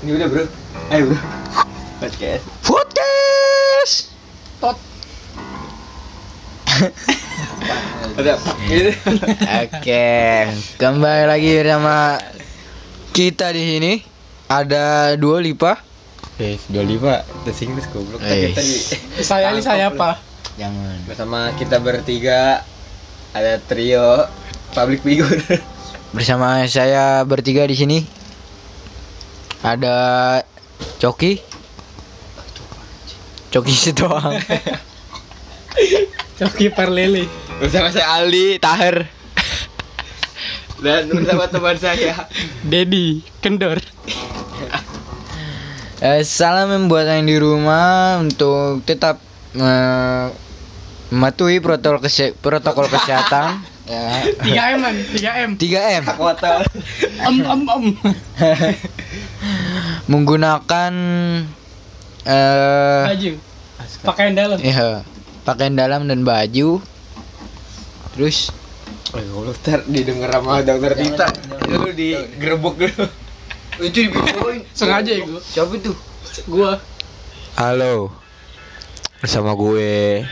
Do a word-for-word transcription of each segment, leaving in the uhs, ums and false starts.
Ini udah bro. Ayo bro. Podcast. Podcast. Tot. Udah. Oke, kembali lagi bersama kita di sini. Ada dua lipa. Eh, dua lima. Bahasa Inggris goblok. Eh. Tadi. Saya ini saya apa? Jangan. Bersama kita bertiga ada trio public figure. Bersama saya bertiga di sini. Ada Coki. Coki sedoang. Coki Parlele. Bersama saya Aldi Taher. Dan bersama teman saya Dedi Kendor. Eh, salam membuat yang di rumah untuk tetap eh, mematuhi protokol kese- protokol kesehatan. Ya. tiga M an, tiga M. tiga M. Kuota. Om om om. Menggunakan eh Baju. Pakaian dalam. ya, pakaian dalam dan baju. Terus Oh, goblok ntar didengar sama dokter Tita. Lu digerebek dulu. Itu dibikin Sengaja ya gua. siapa tuh? Gua. Halo. Bersama gue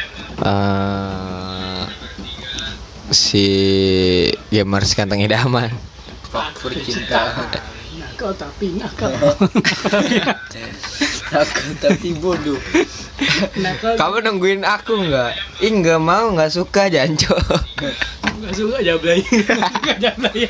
uh, si gamers kantong idaman. Faktor cinta. Nakal tapi nakal. Nakal tapi bodoh. Nakal. Kamu nungguin aku nggak? Ih nggak mau, nggak suka janco. Enggak suka jablay. Enggak jablay.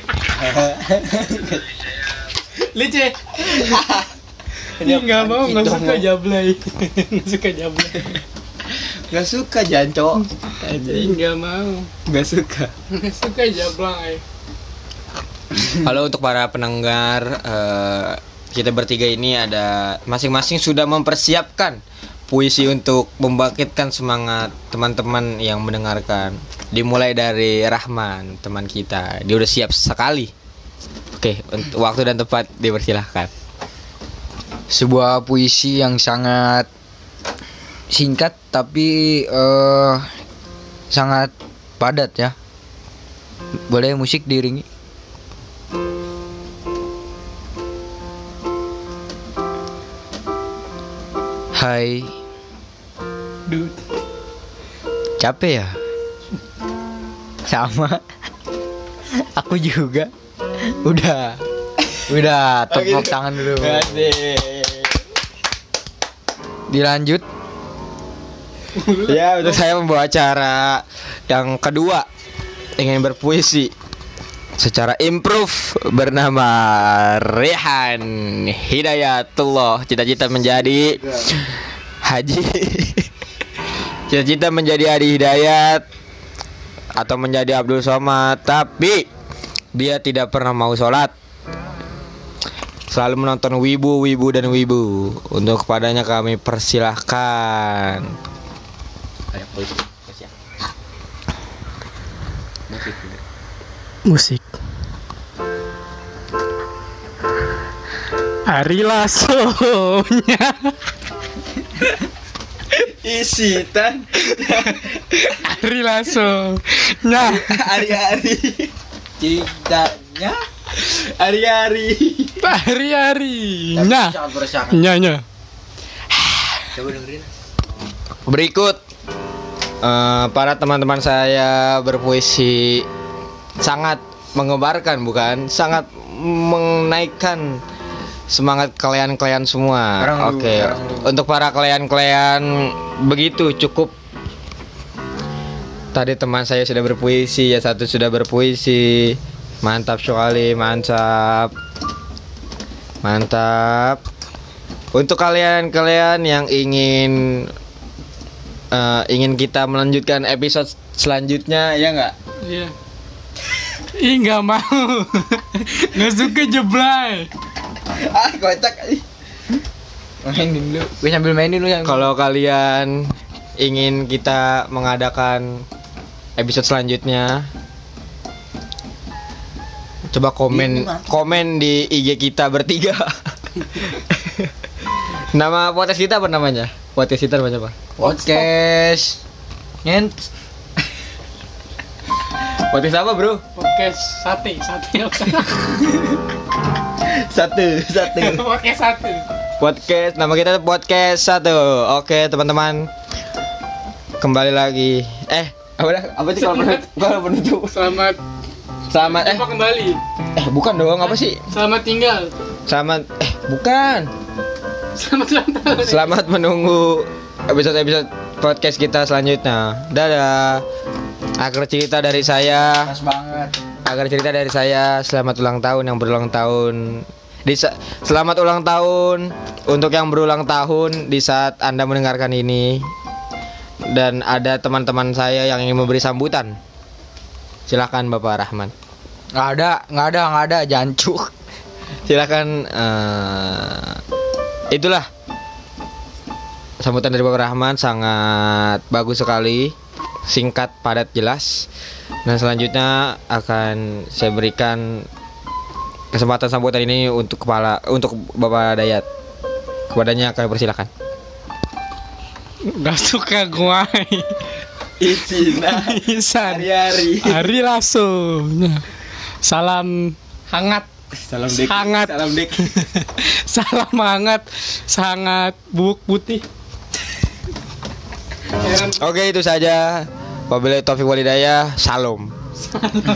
Lice. Enggak mau, enggak suka jablay. Enggak suka jablay. Nggak suka janco. Enggak mau. Nggak suka. Enggak suka jablay. Halo untuk para pendengar, eh, kita bertiga ini ada masing-masing sudah mempersiapkan puisi untuk membangkitkan semangat teman-teman yang mendengarkan. Dimulai dari Rahman, teman kita. Dia udah siap sekali. Oke, untuk waktu dan tempat dipersilahkan. sebuah puisi yang sangat singkat tapi eh sangat padat ya. Boleh musik diiringi? Hai, Dude. capek ya? Sama. Aku juga. Udah. Udah, tepuk tangan dulu. Dilanjut. Ya, untuk saya membawa acara yang kedua, ingin berpuisi secara improve bernama Rehan Hidayatullah. Cita-cita menjadi Haji. Cita-cita menjadi Adi Hidayat atau menjadi Abdul Somad, tapi dia tidak pernah mau sholat. Selalu menonton wibu, wibu dan wibu. Untuk kepadanya kami persilahkan. Musik. Ari Lasso-nya. Isi tan. Ari Lasso. Nah, Hari-hari cintanya hari-hari. hari-hari. Nah, nya. Coba dengerin. Berikut eh, para teman-teman saya berpuisi sangat mengebarkan, bukan? Sangat menaikkan semangat kalian-kalian semua. Sekarang dulu, Oke. sekarang dulu. Untuk para kalian-kalian begitu cukup. Tadi teman saya sudah berpuisi, ya satu sudah berpuisi. Mantap sekali, mantap. Mantap. Untuk kalian-kalian yang ingin uh, ingin kita melanjutkan episode selanjutnya, ya nggak? Iya. Ih, nggak mau. Nggak suka jeblay. Ah, kocak. Mainin dulu. Gue sambil mainin dulu yang. Kalau kalian ingin kita mengadakan episode selanjutnya, coba komen komen di I G kita bertiga. Nama podcast kita apa namanya? Podcast kita namanya apa? Podcast. Nyent. Podcast apa, Bro? Podcast sate, sate apa? Satu, satu. Podcast satu. Podcast, nama kita tuh podcast satu. Oke, teman-teman. Kembali lagi. Eh, apa dah? Apa sih kalau penutup? Kalau penutup. Selamat Selamat eh jumpa kembali. eh bukan dong, apa sih? Selamat tinggal. Selamat eh bukan. Selamat ulang tahun. Selamat menunggu episode-episode podcast kita selanjutnya. Dadah. Akhir cerita dari saya. Pas banget. Akhir cerita dari saya. Selamat ulang tahun yang berulang tahun. Di sa- selamat ulang tahun untuk yang berulang tahun di saat Anda mendengarkan ini. Dan ada teman-teman saya yang ingin memberi sambutan. Silakan Bapak Rahman. Nggak ada, nggak ada, nggak ada, jancuk. Silakan. eh, itulah sambutan dari Bapak Rahman, sangat bagus sekali, singkat, padat, jelas. Dan selanjutnya akan saya berikan kesempatan sambutan ini untuk kepala untuk Bapak Dayat. Kepadanya kami persilakan. Gak suka gua. Isina Isan. hari-hari. Hari langsung. Salam hangat. Salam dek. Hangat. Salam dek. Salam hangat. Sangat bubuk putih. Oke, itu saja. Wabillahi taufiq walhidayah. Salam.